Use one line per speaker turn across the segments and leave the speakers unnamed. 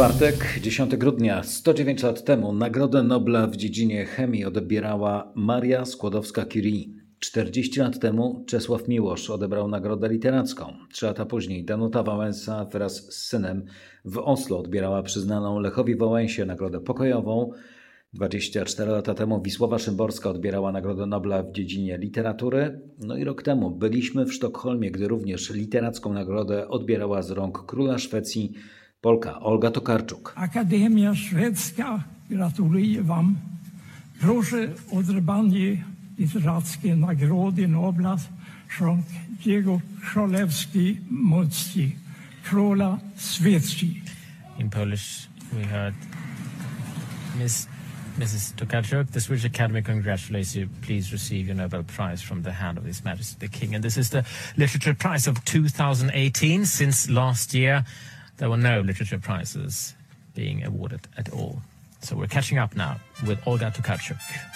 Czwartek, 10 grudnia, 109 lat temu Nagrodę Nobla w dziedzinie chemii odbierała Maria Skłodowska-Curie. 40 lat temu Czesław Miłosz odebrał Nagrodę Literacką. 3 lata później Danuta Wałęsa wraz z synem w Oslo odbierała przyznaną Lechowi Wałęsie Nagrodę Pokojową. 24 lata temu Wisława Szymborska odbierała Nagrodę Nobla w dziedzinie literatury. No i rok temu byliśmy w Sztokholmie, gdy również literacką nagrodę odbierała z rąk króla Szwecji Polka Olga Tokarczuk.
Akademia Szwedzka gratuluje Wam. Proszę o odebranie literackiej nagrody Nobla z rąk jego królewskiej mości, króla Szwecji.
In Polish we heard Mrs. Tokarczuk, the Swedish Academy congratulates you. Please receive your Nobel Prize from the hand of His Majesty the King. And this is the Literature Prize of 2018. Since last year, there were no literature prizes being awarded at all. So we're catching up now with Olga Tokarczuk.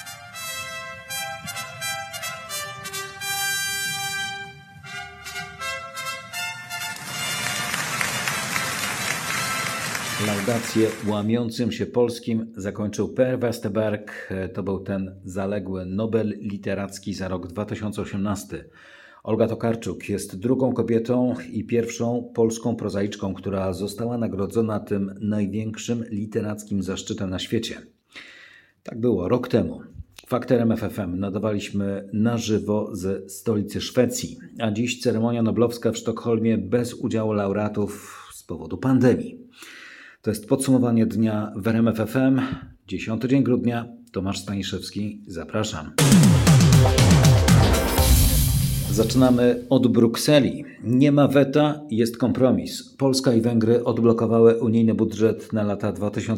Laudację łamiącym się polskim zakończył Per Westerberg. To był ten zaległy Nobel Literacki za rok 2018. Olga Tokarczuk jest drugą kobietą i pierwszą polską prozaiczką, która została nagrodzona tym największym literackim zaszczytem na świecie. Tak było rok temu. Fakty RMF FM nadawaliśmy na żywo ze stolicy Szwecji, a dziś ceremonia noblowska w Sztokholmie bez udziału laureatów z powodu pandemii. To jest podsumowanie dnia w RMF FM. 10 dzień grudnia. Tomasz Staniszewski. Zapraszam. Zaczynamy od Brukseli. Nie ma weta, jest kompromis. Polska i Węgry odblokowały unijny budżet na lata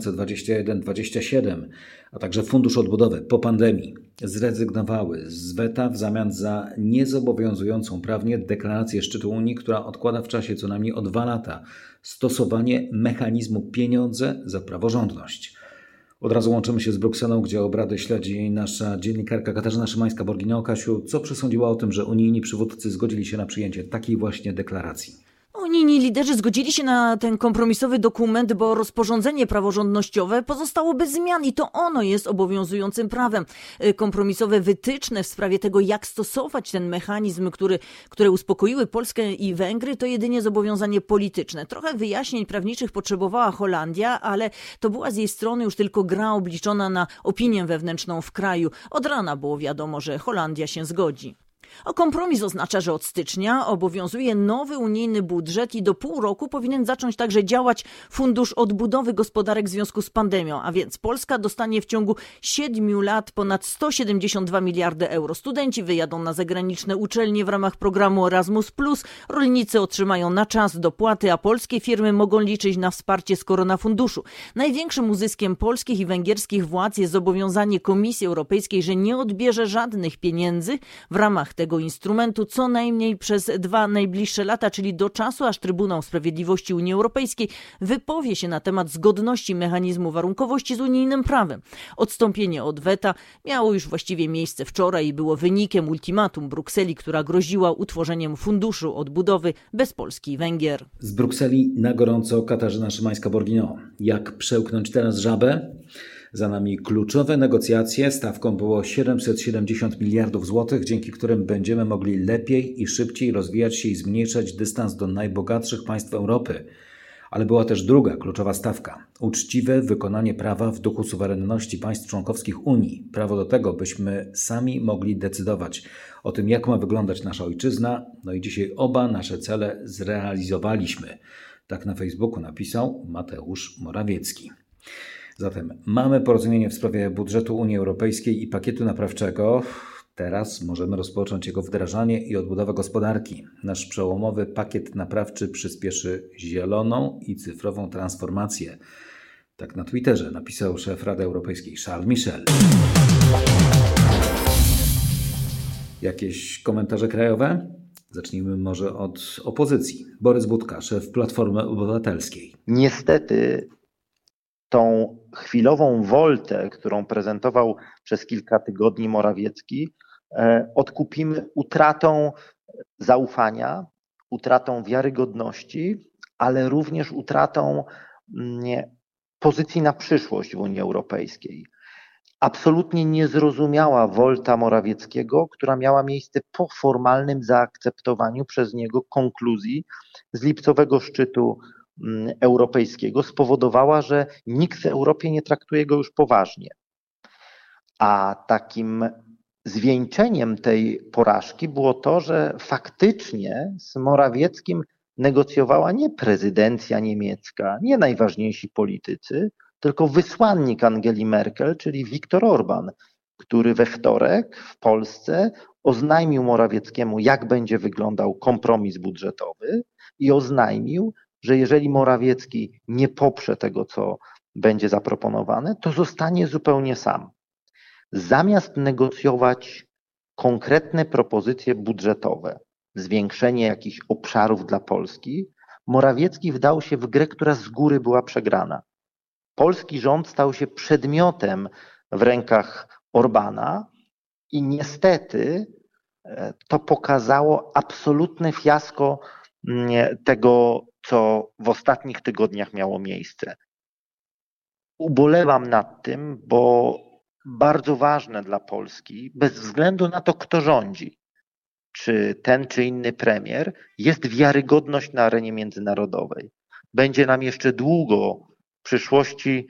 2021-2027, a także Fundusz Odbudowy po pandemii. Zrezygnowały z weta w zamian za niezobowiązującą prawnie deklarację szczytu Unii, która odkłada w czasie co najmniej o 2 lata stosowanie mechanizmu pieniądze za praworządność. Od razu łączymy się z Brukselą, gdzie obrady śledzi nasza dziennikarka Katarzyna Szymańska-Borgina. Kasiu, co przesądziła o tym, że unijni przywódcy zgodzili się na przyjęcie takiej właśnie deklaracji?
Unijni liderzy zgodzili się na ten kompromisowy dokument, bo rozporządzenie praworządnościowe pozostało bez zmian i to ono jest obowiązującym prawem. Kompromisowe wytyczne w sprawie tego, jak stosować ten mechanizm, które uspokoiły Polskę i Węgry, to jedynie zobowiązanie polityczne. Trochę wyjaśnień prawniczych potrzebowała Holandia, ale to była z jej strony już tylko gra obliczona na opinię wewnętrzną w kraju. Od rana było wiadomo, że Holandia się zgodzi. Kompromis oznacza, że od stycznia obowiązuje nowy unijny budżet i do pół roku powinien zacząć także działać Fundusz Odbudowy Gospodarek w związku z pandemią, a więc Polska dostanie w ciągu 7 lat ponad 172 miliardy euro. Studenci wyjadą na zagraniczne uczelnie w ramach programu Erasmus+, rolnicy otrzymają na czas dopłaty, a polskie firmy mogą liczyć na wsparcie z koronafunduszu. Największym uzyskiem polskich i węgierskich władz jest zobowiązanie Komisji Europejskiej, że nie odbierze żadnych pieniędzy w ramach tego instrumentu co najmniej przez 2 najbliższe lata, czyli do czasu, aż Trybunał Sprawiedliwości Unii Europejskiej wypowie się na temat zgodności mechanizmu warunkowości z unijnym prawem. Odstąpienie od weta miało już właściwie miejsce wczoraj i było wynikiem ultimatum Brukseli, która groziła utworzeniem Funduszu Odbudowy bez Polski i Węgier.
Z Brukseli na gorąco Katarzyna Szymańska-Borgino. Jak przełknąć teraz żabę? Za nami kluczowe negocjacje. Stawką było 770 miliardów złotych, dzięki którym będziemy mogli lepiej i szybciej rozwijać się i zmniejszać dystans do najbogatszych państw Europy. Ale była też druga kluczowa stawka. Uczciwe wykonanie prawa w duchu suwerenności państw członkowskich Unii. Prawo do tego, byśmy sami mogli decydować o tym, jak ma wyglądać nasza ojczyzna. No i dzisiaj oba nasze cele zrealizowaliśmy. Tak na Facebooku napisał Mateusz Morawiecki. Zatem mamy porozumienie w sprawie budżetu Unii Europejskiej i pakietu naprawczego. Teraz możemy rozpocząć jego wdrażanie i odbudowę gospodarki. Nasz przełomowy pakiet naprawczy przyspieszy zieloną i cyfrową transformację. Tak na Twitterze napisał szef Rady Europejskiej Charles Michel. Jakieś komentarze krajowe? Zacznijmy może od opozycji. Borys Budka, szef Platformy Obywatelskiej.
Niestety tą chwilową woltę, którą prezentował przez kilka tygodni Morawiecki, odkupimy utratą zaufania, utratą wiarygodności, ale również utratą pozycji na przyszłość w Unii Europejskiej. Absolutnie niezrozumiała wolta Morawieckiego, która miała miejsce po formalnym zaakceptowaniu przez niego konkluzji z lipcowego szczytu europejskiego, spowodowała, że nikt w Europie nie traktuje go już poważnie. A takim zwieńczeniem tej porażki było to, że faktycznie z Morawieckim negocjowała nie prezydencja niemiecka, nie najważniejsi politycy, tylko wysłannik Angeli Merkel, czyli Viktor Orban, który we wtorek w Polsce oznajmił Morawieckiemu, jak będzie wyglądał kompromis budżetowy i oznajmił, że jeżeli Morawiecki nie poprze tego, co będzie zaproponowane, to zostanie zupełnie sam. Zamiast negocjować konkretne propozycje budżetowe, zwiększenie jakichś obszarów dla Polski, Morawiecki wdał się w grę, która z góry była przegrana. Polski rząd stał się przedmiotem w rękach Orbana i niestety to pokazało absolutne fiasko tego, co w ostatnich tygodniach miało miejsce. Ubolewam nad tym, bo bardzo ważne dla Polski, bez względu na to, kto rządzi, czy ten, czy inny premier, jest wiarygodność na arenie międzynarodowej. Będzie nam jeszcze długo w przyszłości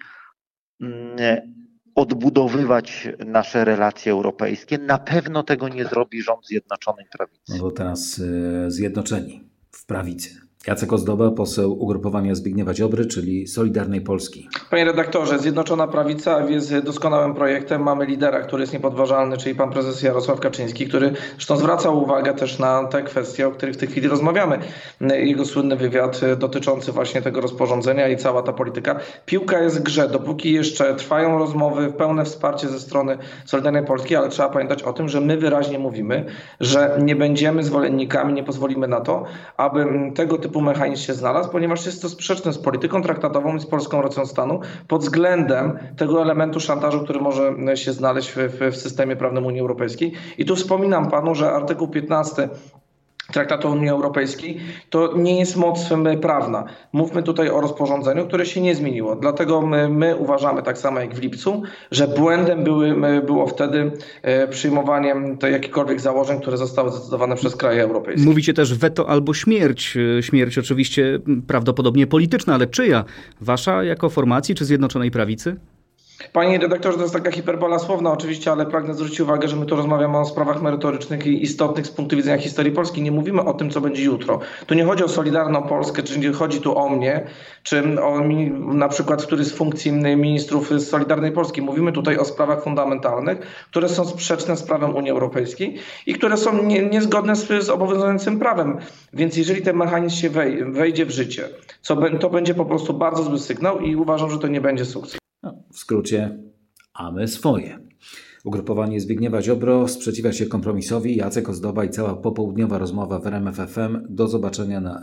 odbudowywać nasze relacje europejskie. Na pewno tego nie zrobi rząd Zjednoczonej Prawicy.
No bo teraz zjednoczeni w prawicy. Jacek Ozdoba, poseł ugrupowania Zbigniewa Ziobry, czyli Solidarnej Polski.
Panie redaktorze, Zjednoczona Prawica jest doskonałym projektem. Mamy lidera, który jest niepodważalny, czyli pan prezes Jarosław Kaczyński, który zresztą zwracał uwagę też na te kwestie, o których w tej chwili rozmawiamy. Jego słynny wywiad dotyczący właśnie tego rozporządzenia i cała ta polityka. Piłka jest w grze, dopóki jeszcze trwają rozmowy, pełne wsparcie ze strony Solidarnej Polski, ale trzeba pamiętać o tym, że my wyraźnie mówimy, że nie będziemy zwolennikami, nie pozwolimy na to, aby tego typu mechanizm się znalazł, ponieważ jest to sprzeczne z polityką traktatową i z polską racją stanu pod względem tego elementu szantażu, który może się znaleźć w systemie prawnym Unii Europejskiej. I tu wspominam panu, że artykuł 15 Traktatu Unii Europejskiej to nie jest moc prawna. Mówmy tutaj o rozporządzeniu, które się nie zmieniło. Dlatego my uważamy tak samo jak w lipcu, że błędem było wtedy przyjmowanie jakichkolwiek założeń, które zostały zdecydowane przez kraje europejskie.
Mówicie też weto albo śmierć. Śmierć oczywiście prawdopodobnie polityczna, ale czyja? Wasza jako formacji czy Zjednoczonej Prawicy?
Panie redaktorze, to jest taka hiperbola słowna oczywiście, ale pragnę zwrócić uwagę, że my tu rozmawiamy o sprawach merytorycznych i istotnych z punktu widzenia historii Polski. Nie mówimy o tym, co będzie jutro. Tu nie chodzi o Solidarną Polskę, czy nie chodzi tu o mnie, czy o na przykład któryś z funkcji ministrów z Solidarnej Polski. Mówimy tutaj o sprawach fundamentalnych, które są sprzeczne z prawem Unii Europejskiej i które są niezgodne z obowiązującym prawem. Więc jeżeli ten mechanizm się wejdzie w życie, to będzie po prostu bardzo zły sygnał i uważam, że to nie będzie sukces.
No, w skrócie, a my swoje. Ugrupowanie Zbigniewa Ziobro sprzeciwia się kompromisowi. Jacek Ozdoba i cała popołudniowa rozmowa w RMF FM. Do zobaczenia na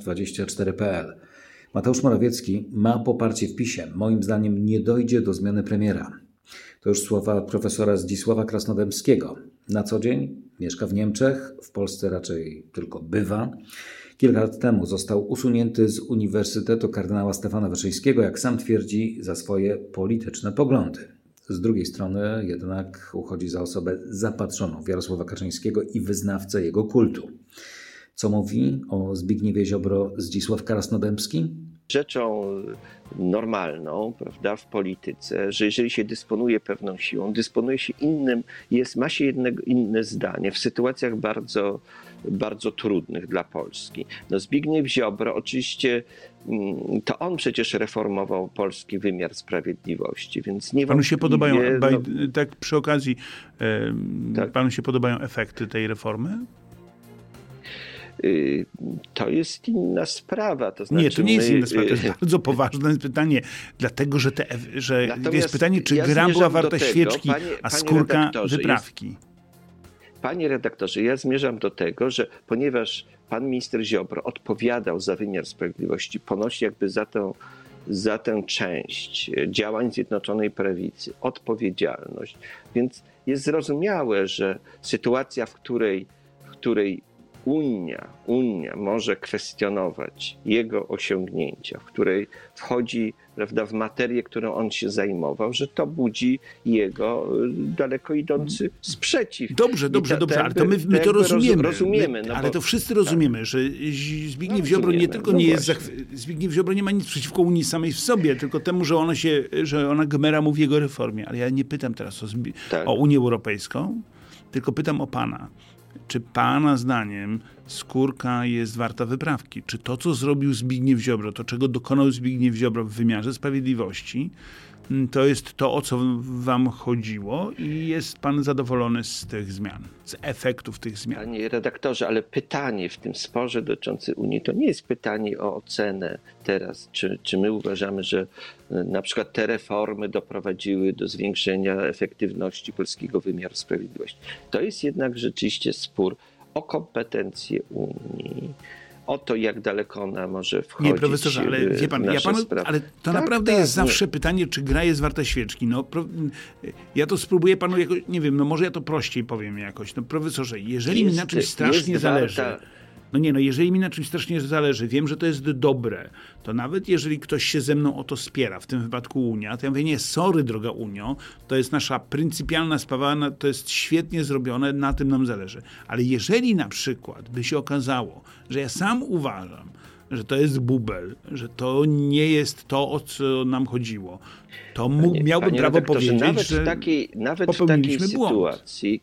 rmf24.pl. Mateusz Morawiecki ma poparcie w PiS-ie. Moim zdaniem nie dojdzie do zmiany premiera. To już słowa profesora Zdzisława Krasnodębskiego. Na co dzień mieszka w Niemczech, w Polsce raczej tylko bywa. Kilka lat temu został usunięty z Uniwersytetu kardynała Stefana Wyszyńskiego, jak sam twierdzi, za swoje polityczne poglądy. Z drugiej strony jednak uchodzi za osobę zapatrzoną w Jarosława Kaczyńskiego i wyznawcę jego kultu. Co mówi o Zbigniewie Ziobro Zdzisław Krasnodębski?
Rzeczą normalną, prawda, w polityce, że jeżeli się dysponuje pewną siłą, dysponuje się innym, ma się inne zdanie w sytuacjach bardzo, bardzo trudnych dla Polski. No Zbigniew Ziobro oczywiście, to on przecież reformował polski wymiar sprawiedliwości, więc nie
Panu się podobają, tak przy okazji, tak. Panu się podobają efekty tej reformy?
To jest inna sprawa. To znaczy,
nie, to nie jest inna sprawa. To jest bardzo poważne pytanie, dlatego że jest pytanie, czy gra była warta świeczki, a skórka wyprawki.
Panie redaktorze, ja zmierzam do tego, że ponieważ pan minister Ziobro odpowiadał za wymiar sprawiedliwości, ponosi jakby za tę część działań Zjednoczonej Prawicy odpowiedzialność, więc jest zrozumiałe, że sytuacja, w której Unia może kwestionować jego osiągnięcia, w której wchodzi, prawda, w materię, którą on się zajmował, że to budzi jego daleko idący sprzeciw.
Dobrze, ale to my to rozumiemy. Ale to wszyscy rozumiemy, że Zbigniew Ziobro nie tylko nie jest... Zbigniew Ziobro nie ma nic przeciwko Unii samej w sobie, tylko temu, że ona gmera mu w jego reformie. Ale ja nie pytam teraz o Unię Europejską, tylko pytam o pana. Czy pana zdaniem skórka jest warta wyprawki? Czy to, co zrobił Zbigniew Ziobro, to, czego dokonał Zbigniew Ziobro w wymiarze sprawiedliwości, to jest to, o co wam chodziło i jest pan zadowolony z tych zmian, z efektów tych zmian?
Panie redaktorze, ale pytanie w tym sporze dotyczącym Unii to nie jest pytanie o ocenę teraz. Czy my uważamy, że na przykład te reformy doprowadziły do zwiększenia efektywności polskiego wymiaru sprawiedliwości. To jest jednak rzeczywiście spór o kompetencje Unii, o to, jak daleko ona może wchodzić.
Nie, profesorze, ale wie pan, ale to naprawdę jest zawsze pytanie, czy gra jest warta świeczki. Ja to spróbuję panu jakoś, nie wiem, może ja to prościej powiem jakoś. Profesorze, jeżeli mi na czymś strasznie zależy, jeżeli mi na czymś strasznie zależy, wiem, że to jest dobre, to nawet jeżeli ktoś się ze mną o to spiera, w tym wypadku Unia, to ja mówię, nie, sorry droga Unio, to jest nasza pryncypialna sprawa, to jest świetnie zrobione, na tym nam zależy. Ale jeżeli na przykład by się okazało, że ja sam uważam, że to jest bubel, że to nie jest to, o co nam chodziło, to miałbym prawo powiedzieć, że
nawet w takiej sytuacji,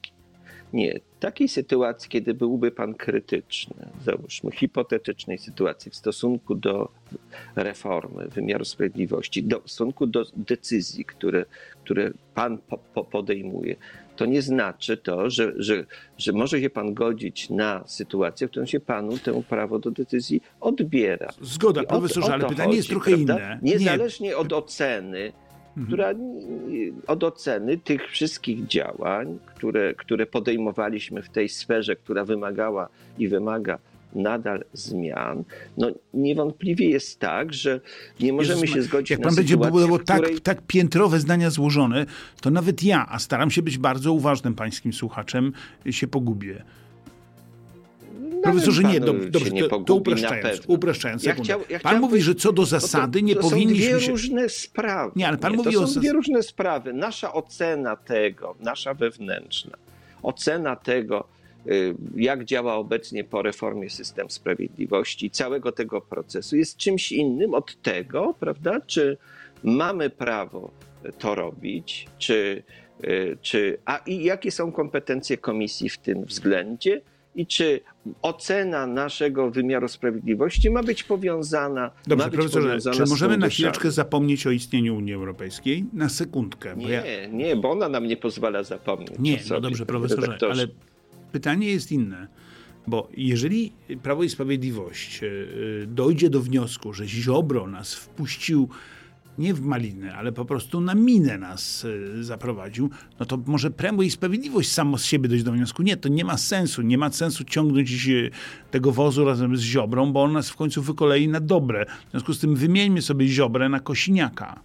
takiej sytuacji, kiedy byłby pan krytyczny, załóżmy hipotetycznej sytuacji w stosunku do reformy wymiaru sprawiedliwości, w stosunku do decyzji, które pan podejmuje, to nie znaczy to, że może się pan godzić na sytuację, w którą się panu tę prawo do decyzji odbiera.
Zgoda, profesorze, ale pytanie jest trochę inne.
Niezależnie od oceny, od oceny tych wszystkich działań, które podejmowaliśmy w tej sferze, która wymagała i wymaga nadal zmian, niewątpliwie jest tak, że nie możemy się zgodzić
jak
na
pan będzie budował
której...
tak piętrowe zdania złożone, to nawet ja, a staram się być bardzo uważnym pańskim słuchaczem, się pogubię. Profesorze, nie, dobrze, to upraszczając. Pan mówi, że co do zasady nie powinniśmy się...
To są dwie różne sprawy.
Nie, ale pan mówi
to są dwie różne sprawy. Nasza ocena tego, nasza wewnętrzna, ocena tego, jak działa obecnie po reformie system sprawiedliwości, całego tego procesu jest czymś innym od tego, prawda, czy mamy prawo to robić, i jakie są kompetencje komisji w tym względzie, i czy ocena naszego wymiaru sprawiedliwości ma być powiązana...
Dobrze, profesorze, czy możemy na chwileczkę zapomnieć o istnieniu Unii Europejskiej? Na sekundkę.
Nie, bo ona nam nie pozwala zapomnieć.
Nie, dobrze, profesorze, ale pytanie jest inne. Bo jeżeli Prawo i Sprawiedliwość dojdzie do wniosku, że Ziobro nas wpuścił nie w malinę, ale po prostu na minę nas zaprowadził, to może Prawo i Sprawiedliwość samo z siebie dojść do wniosku. Nie, to nie ma sensu. Nie ma sensu ciągnąć tego wozu razem z Ziobrą, bo on nas w końcu wykolei na dobre. W związku z tym wymieńmy sobie Ziobrę na Kosiniaka.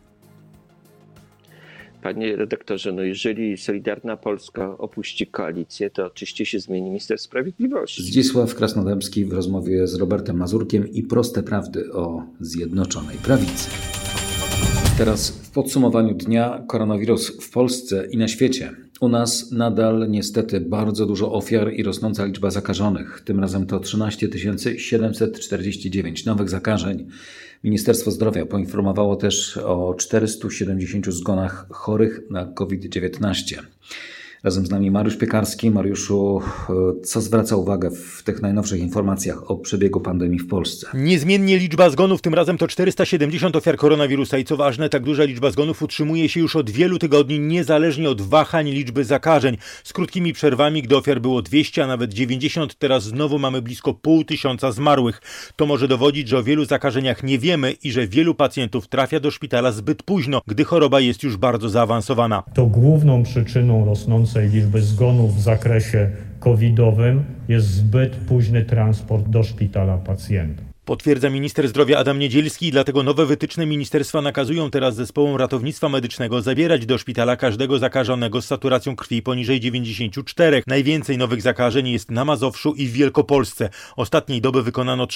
Panie redaktorze, jeżeli Solidarna Polska opuści koalicję, to oczywiście się zmieni minister sprawiedliwości.
Zdzisław Krasnodębski w rozmowie z Robertem Mazurkiem i proste prawdy o Zjednoczonej Prawicy. Teraz w podsumowaniu dnia koronawirus w Polsce i na świecie. U nas nadal niestety bardzo dużo ofiar i rosnąca liczba zakażonych. Tym razem to 13 749 nowych zakażeń. Ministerstwo Zdrowia poinformowało też o 470 zgonach chorych na COVID-19. Razem z nami Mariusz Piekarski. Mariuszu, co zwraca uwagę w tych najnowszych informacjach o przebiegu pandemii w Polsce?
Niezmiennie liczba zgonów, tym razem to 470 ofiar koronawirusa i co ważne, tak duża liczba zgonów utrzymuje się już od wielu tygodni, niezależnie od wahań liczby zakażeń. Z krótkimi przerwami, gdy ofiar było 200, a nawet 90, teraz znowu mamy blisko 500 zmarłych. To może dowodzić, że o wielu zakażeniach nie wiemy i że wielu pacjentów trafia do szpitala zbyt późno, gdy choroba jest już bardzo zaawansowana.
To główną przyczyną rosnącej liczby zgonów w zakresie covidowym jest zbyt późny transport do szpitala pacjenta.
Potwierdza minister zdrowia Adam Niedzielski, dlatego nowe wytyczne ministerstwa nakazują teraz zespołom ratownictwa medycznego zabierać do szpitala każdego zakażonego z saturacją krwi poniżej 94. Najwięcej nowych zakażeń jest na Mazowszu i w Wielkopolsce. Ostatniej doby wykonano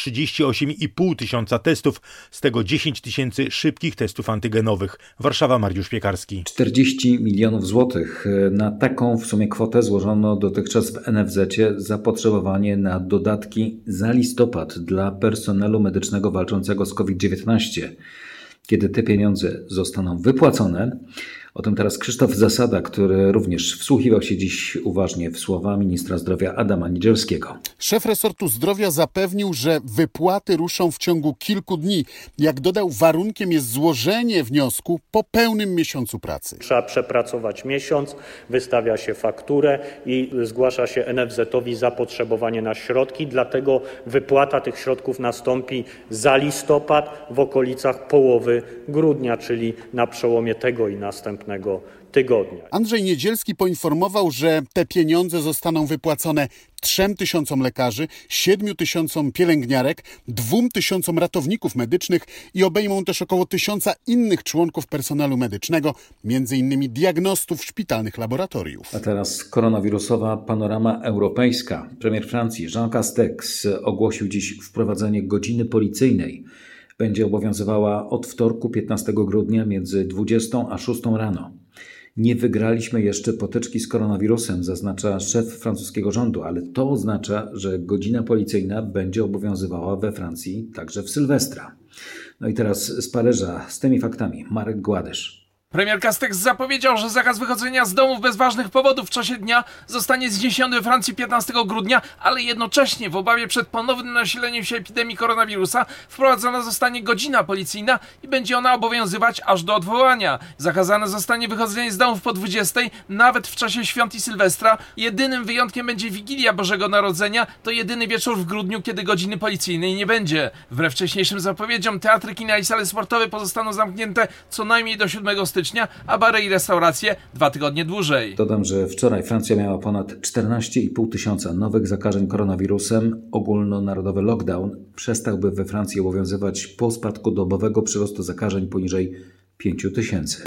38,5 tysiąca testów, z tego 10 tysięcy szybkich testów antygenowych. Warszawa, Mariusz Piekarski.
40 milionów złotych. Na taką w sumie kwotę złożono dotychczas w NFZ-cie zapotrzebowanie na dodatki za listopad dla personelu medycznego walczącego z COVID-19. Kiedy te pieniądze zostaną wypłacone, o tym teraz Krzysztof Zasada, który również wsłuchiwał się dziś uważnie w słowa ministra zdrowia Adama Niedzielskiego.
Szef resortu zdrowia zapewnił, że wypłaty ruszą w ciągu kilku dni. Jak dodał, warunkiem jest złożenie wniosku po pełnym miesiącu pracy.
Trzeba przepracować miesiąc, wystawia się fakturę i zgłasza się NFZ-owi zapotrzebowanie na środki, dlatego wypłata tych środków nastąpi za listopad w okolicach połowy grudnia, czyli na przełomie tego i następnego tygodnia.
Andrzej Niedzielski poinformował, że te pieniądze zostaną wypłacone 3 tysiącom lekarzy, 7 tysiącom pielęgniarek, 2 tysiącom ratowników medycznych i obejmą też około 1000 innych członków personelu medycznego, m.in. diagnostów szpitalnych laboratoriów.
A teraz koronawirusowa panorama europejska. Premier Francji Jean Castex ogłosił dziś wprowadzenie godziny policyjnej. Będzie obowiązywała od wtorku 15 grudnia między 20 a 6 rano. Nie wygraliśmy jeszcze potyczki z koronawirusem, zaznacza szef francuskiego rządu, ale to oznacza, że godzina policyjna będzie obowiązywała we Francji także w Sylwestra. No i teraz z Paryża z tymi faktami Marek Gładysz.
Premier Castex zapowiedział, że zakaz wychodzenia z domów bez ważnych powodów w czasie dnia zostanie zniesiony we Francji 15 grudnia, ale jednocześnie w obawie przed ponownym nasileniem się epidemii koronawirusa wprowadzona zostanie godzina policyjna i będzie ona obowiązywać aż do odwołania. Zakazane zostanie wychodzenie z domów po 20, nawet w czasie świąt i Sylwestra. Jedynym wyjątkiem będzie Wigilia Bożego Narodzenia, to jedyny wieczór w grudniu, kiedy godziny policyjnej nie będzie. Wbrew wcześniejszym zapowiedziom teatry, kina i sale sportowe pozostaną zamknięte co najmniej do 7 stycznia, a bary i restauracje 2 tygodnie dłużej.
Dodam, że wczoraj Francja miała ponad 14,5 tysiąca nowych zakażeń koronawirusem. Ogólnonarodowy lockdown przestałby we Francji obowiązywać po spadku dobowego przyrostu zakażeń poniżej 5 tysięcy.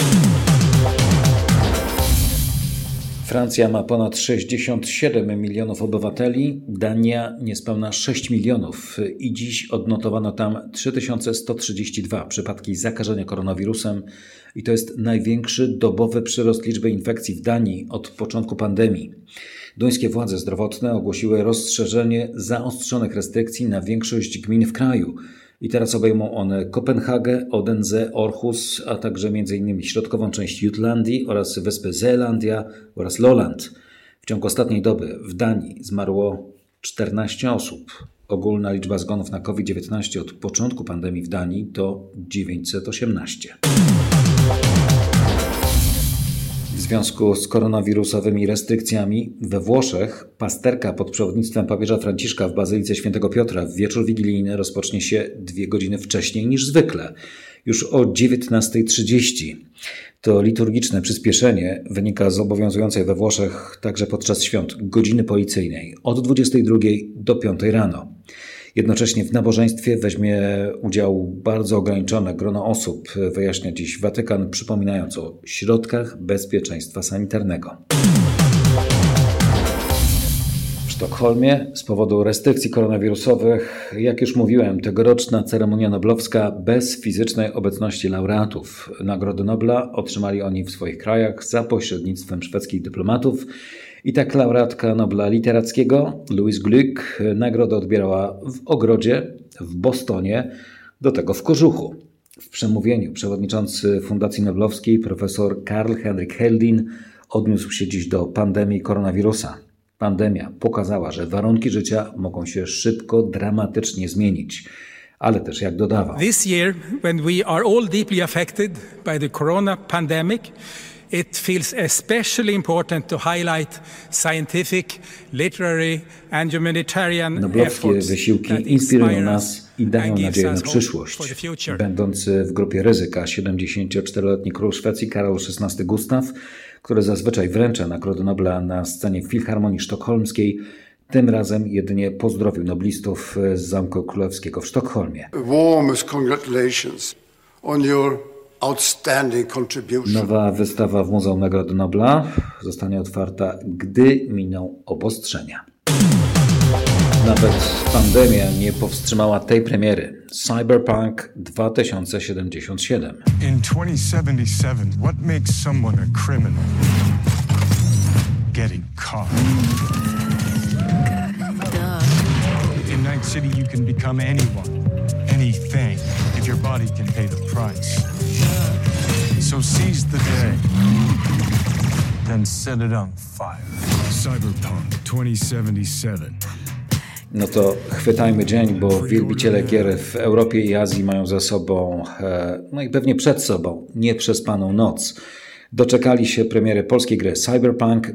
Francja ma ponad 67 milionów obywateli, Dania niespełna 6 milionów i dziś odnotowano tam 3132 przypadki zakażenia koronawirusem i to jest największy dobowy przyrost liczby infekcji w Danii od początku pandemii. Duńskie władze zdrowotne ogłosiły rozszerzenie zaostrzonych restrykcji na większość gmin w kraju. I teraz obejmą one Kopenhagę, Odense, Aarhus, a także m.in. środkową część Jutlandii oraz wyspy Zeelandia oraz Lolland. W ciągu ostatniej doby w Danii zmarło 14 osób. Ogólna liczba zgonów na COVID-19 od początku pandemii w Danii to 918. W związku z koronawirusowymi restrykcjami we Włoszech pasterka pod przewodnictwem papieża Franciszka w Bazylice Świętego Piotra w wieczór wigilijny rozpocznie się 2 godziny wcześniej niż zwykle, już o 19:30. To liturgiczne przyspieszenie wynika z obowiązującej we Włoszech także podczas świąt godziny policyjnej od 22 do 5 rano. Jednocześnie w nabożeństwie weźmie udział bardzo ograniczone grono osób, wyjaśnia dziś Watykan, przypominając o środkach bezpieczeństwa sanitarnego. W Sztokholmie z powodu restrykcji koronawirusowych, jak już mówiłem, tegoroczna ceremonia noblowska bez fizycznej obecności laureatów. Nagrody Nobla otrzymali oni w swoich krajach za pośrednictwem szwedzkich dyplomatów. I tak laureatka Nobla Literackiego Louise Glück nagrodę odbierała w ogrodzie w Bostonie, do tego w kożuchu. W przemówieniu przewodniczący Fundacji Noblowskiej profesor Karl-Henrik Heldin odniósł się dziś do pandemii koronawirusa. Pandemia pokazała, że warunki życia mogą się szybko, dramatycznie zmienić. Ale też, jak dodawał,
This year, when we are all deeply affected by the corona pandemic, it feels especially important to highlight scientific, literary and humanitarian
Noblowskie wysiłki inspirują nas i dają nadzieję na przyszłość. Będący w grupie ryzyka 74-letni król Szwecji Karol XVI Gustaf, który zazwyczaj wręcza Nagrodę Nobla na scenie Filharmonii Sztokholmskiej, Tym razem jedynie pozdrowił noblistów z Zamku Królewskiego w Sztokholmie.
Warmest congratulations on your outstanding contribution.
Nowa wystawa w Muzeum Nagrody Nobla zostanie otwarta, gdy miną obostrzenia. Nawet pandemia nie powstrzymała tej premiery. Cyberpunk 2077.
In 2077, what makes someone a criminal? Getting caught. In Night City, you can become anyone, anything, if your body can pay the price. So seize the day, then set it on fire. Cyberpunk 2077.
No to chwytajmy dzień, bo wielbiciele gier w Europie i Azji mają za sobą, no i pewnie przed sobą, nieprzespaną noc. Doczekali się premiery polskiej gry Cyberpunk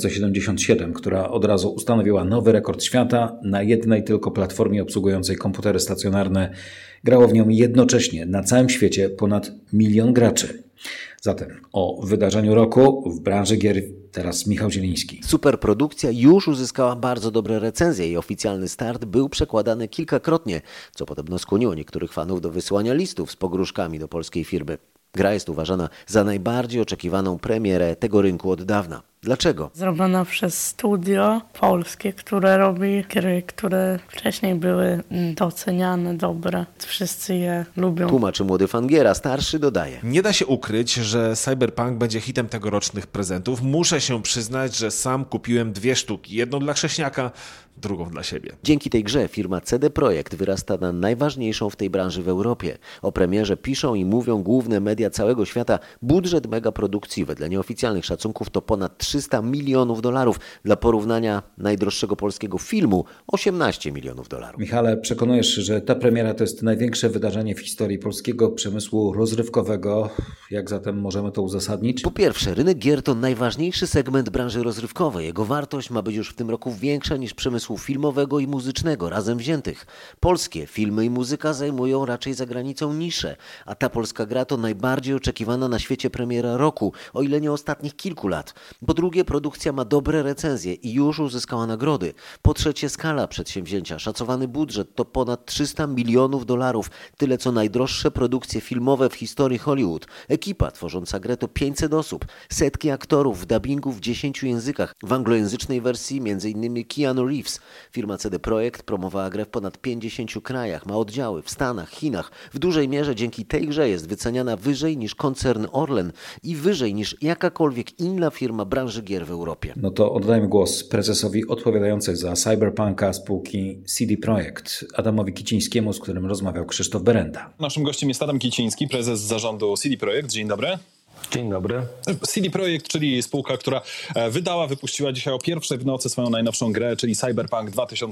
2077, która od razu ustanowiła nowy rekord świata. Na jednej tylko platformie obsługującej komputery stacjonarne grało w nią jednocześnie na całym świecie ponad 1 milion graczy. Zatem o wydarzeniu roku w branży gier teraz Michał Zieliński.
Superprodukcja już uzyskała bardzo dobre recenzje i oficjalny start był przekładany kilkakrotnie, co podobno skłoniło niektórych fanów do wysyłania listów z pogróżkami do polskiej firmy. Gra jest uważana za najbardziej oczekiwaną premierę tego rynku od dawna. Dlaczego?
Zrobiona przez studio polskie, które robi gry, które wcześniej były doceniane, dobre. Wszyscy je lubią.
Tłumaczy młody fan giera, starszy dodaje.
Nie da się ukryć, że Cyberpunk będzie hitem tegorocznych prezentów. Muszę się przyznać, że sam kupiłem 2 sztuki. Jedną dla chrześniaka, drugą dla siebie.
Dzięki tej grze firma CD Projekt wyrasta na najważniejszą w tej branży w Europie. O premierze piszą i mówią główne media całego świata. Budżet megaprodukcji wedle nieoficjalnych szacunków to ponad $300 milionów. Dla porównania najdroższego polskiego filmu $18 milionów.
Michale, przekonujesz, że ta premiera to jest największe wydarzenie w historii polskiego przemysłu rozrywkowego. Jak zatem możemy to uzasadnić?
Po pierwsze, rynek gier to najważniejszy segment branży rozrywkowej. Jego wartość ma być już w tym roku większa niż przemysłu filmowego i muzycznego razem wziętych. Polskie filmy i muzyka zajmują raczej za granicą niszę, a ta polska gra to najbardziej oczekiwana na świecie premiera roku, o ile nie ostatnich kilku lat. Po drugie, produkcja ma dobre recenzje i już uzyskała nagrody. Po trzecie, skala przedsięwzięcia. Szacowany budżet to ponad $300 milionów. Tyle co najdroższe produkcje filmowe w historii Hollywood. Ekipa tworząca grę to 500 osób. Setki aktorów w dubbingu w 10 językach. W anglojęzycznej wersji m.in. Keanu Reeves. Firma CD Projekt promowała grę w ponad 50 krajach. Ma oddziały w Stanach, Chinach. W dużej mierze dzięki tej grze jest wyceniana wyżej niż koncern Orlen i wyżej niż jakakolwiek inna firma branży gier w Europie.
No to oddajmy głos prezesowi odpowiadającej za Cyberpunka spółki CD Projekt, Adamowi Kicińskiemu, z którym rozmawiał Krzysztof Berenda.
Naszym gościem jest Adam Kiciński, prezes zarządu CD Projekt. Dzień dobry.
Dzień dobry.
CD Projekt, czyli spółka, która wypuściła dzisiaj o 1:00 w nocy swoją najnowszą grę, czyli Cyberpunk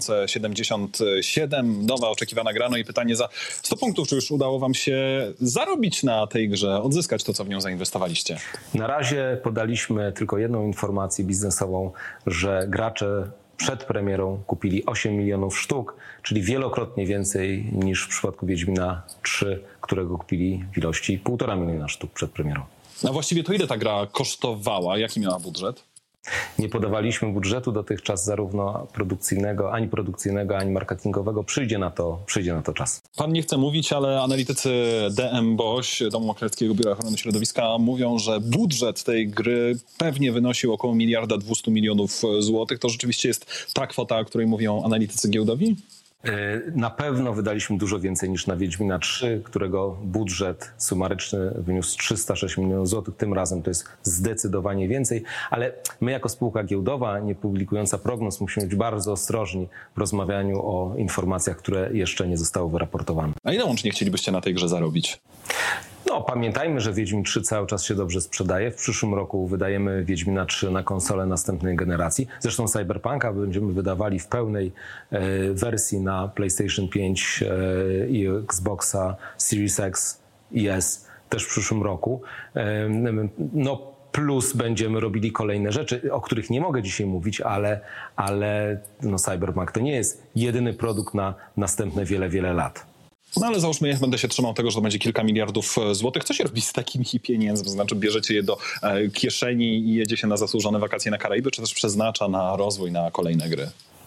2077. Nowa, oczekiwana gra. No i pytanie za 100 punktów. Czy już udało wam się zarobić na tej grze, odzyskać to, co w nią zainwestowaliście?
Na razie podaliśmy tylko jedną informację biznesową, że gracze przed premierą kupili 8 milionów sztuk, czyli wielokrotnie więcej niż w przypadku Wiedźmina 3, którego kupili w ilości 1,5 miliona sztuk przed premierą.
A właściwie to ile ta gra kosztowała? Jaki miała budżet?
Nie podawaliśmy budżetu dotychczas zarówno produkcyjnego, ani marketingowego. Przyjdzie na to czas.
Pan nie chce mówić, ale analitycy DM BOŚ, Domu Maklerskiego Biura Ochrony Środowiska, mówią, że budżet tej gry pewnie wynosił około 1,2 miliarda złotych. To rzeczywiście jest ta kwota, o której mówią analitycy giełdowi?
Na pewno wydaliśmy dużo więcej niż na Wiedźmina 3, którego budżet sumaryczny wyniósł 306 milionów złotych. Tym razem to jest zdecydowanie więcej, ale my jako spółka giełdowa, nie publikująca prognoz, musimy być bardzo ostrożni w rozmawianiu o informacjach, które jeszcze nie zostały wyraportowane.
A ile łącznie chcielibyście na tej grze zarobić?
No, pamiętajmy, że Wiedźmin 3 cały czas się dobrze sprzedaje. W przyszłym roku wydajemy Wiedźmina 3 na konsolę następnej generacji. Zresztą Cyberpunka będziemy wydawali w pełnej wersji na PlayStation 5 i Xboxa Series X i S też w przyszłym roku. No, plus będziemy robili kolejne rzeczy, o których nie mogę dzisiaj mówić, ale no, Cyberpunk to nie jest jedyny produkt na następne wiele lat.
No ale załóżmy, ja będę się trzymał tego, że to będzie kilka miliardów złotych. Co się robi z takimi pieniędzmi? Znaczy bierzecie je do kieszeni i jedzie się na zasłużone wakacje na Karaiby, czy też przeznacza na rozwój, na kolejne gry?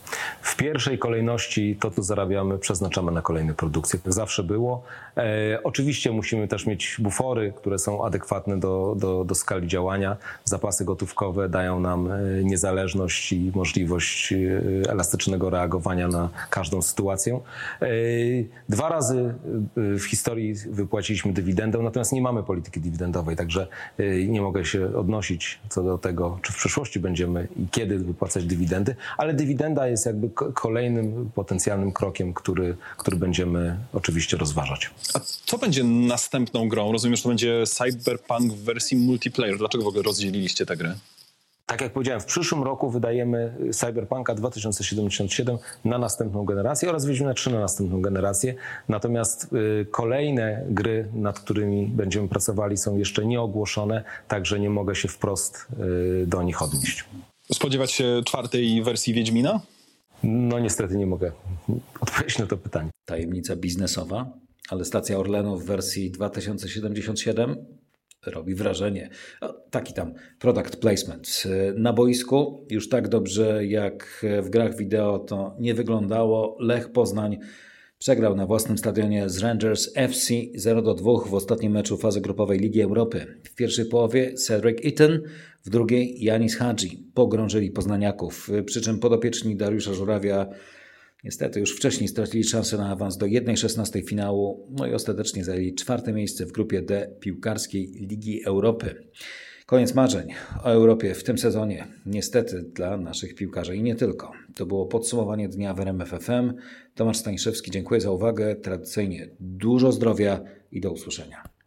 W pierwszej kolejności to, co zarabiamy, przeznaczamy na kolejne produkcje. Tak zawsze było. Oczywiście musimy też mieć bufory, które są adekwatne do skali działania. Zapasy gotówkowe dają nam niezależność i możliwość elastycznego reagowania na każdą sytuację. 2 razy w historii wypłaciliśmy dywidendę, natomiast nie mamy polityki dywidendowej, także nie mogę się odnosić co do tego, czy w przyszłości będziemy i kiedy wypłacać dywidendy, ale dywidenda jest jakby kolejnym potencjalnym krokiem, który będziemy oczywiście rozważać.
A co będzie następną grą? Rozumiem, że to będzie Cyberpunk w wersji multiplayer. Dlaczego w ogóle rozdzieliliście tę grę?
Tak jak powiedziałem, w przyszłym roku wydajemy Cyberpunka 2077 na następną generację oraz Wiedźmina 3 na następną generację. Natomiast kolejne gry, nad którymi będziemy pracowali, są jeszcze nieogłoszone, także nie mogę się wprost do nich odnieść.
Spodziewać się 4. wersji Wiedźmina?
No niestety nie mogę odpowiedzieć na to pytanie.
Tajemnica biznesowa, ale stacja Orlenu w wersji 2077 robi wrażenie. Taki tam product placement. Na boisku już tak dobrze jak w grach wideo to nie wyglądało. Lech Poznań przegrał na własnym stadionie z Rangers FC 0-2 w ostatnim meczu fazy grupowej Ligi Europy. W pierwszej połowie Cedric Itten, w drugiej Janis Hadzi pogrążyli poznaniaków, przy czym podopieczni Dariusza Żurawia niestety już wcześniej stracili szansę na awans do 1/16 finału, no i ostatecznie zajęli 4. miejsce w grupie D piłkarskiej Ligi Europy. Koniec marzeń o Europie w tym sezonie, niestety dla naszych piłkarzy i nie tylko. To było podsumowanie dnia w RMF FM. Tomasz Staniszewski, dziękuję za uwagę. Tradycyjnie dużo zdrowia i do usłyszenia.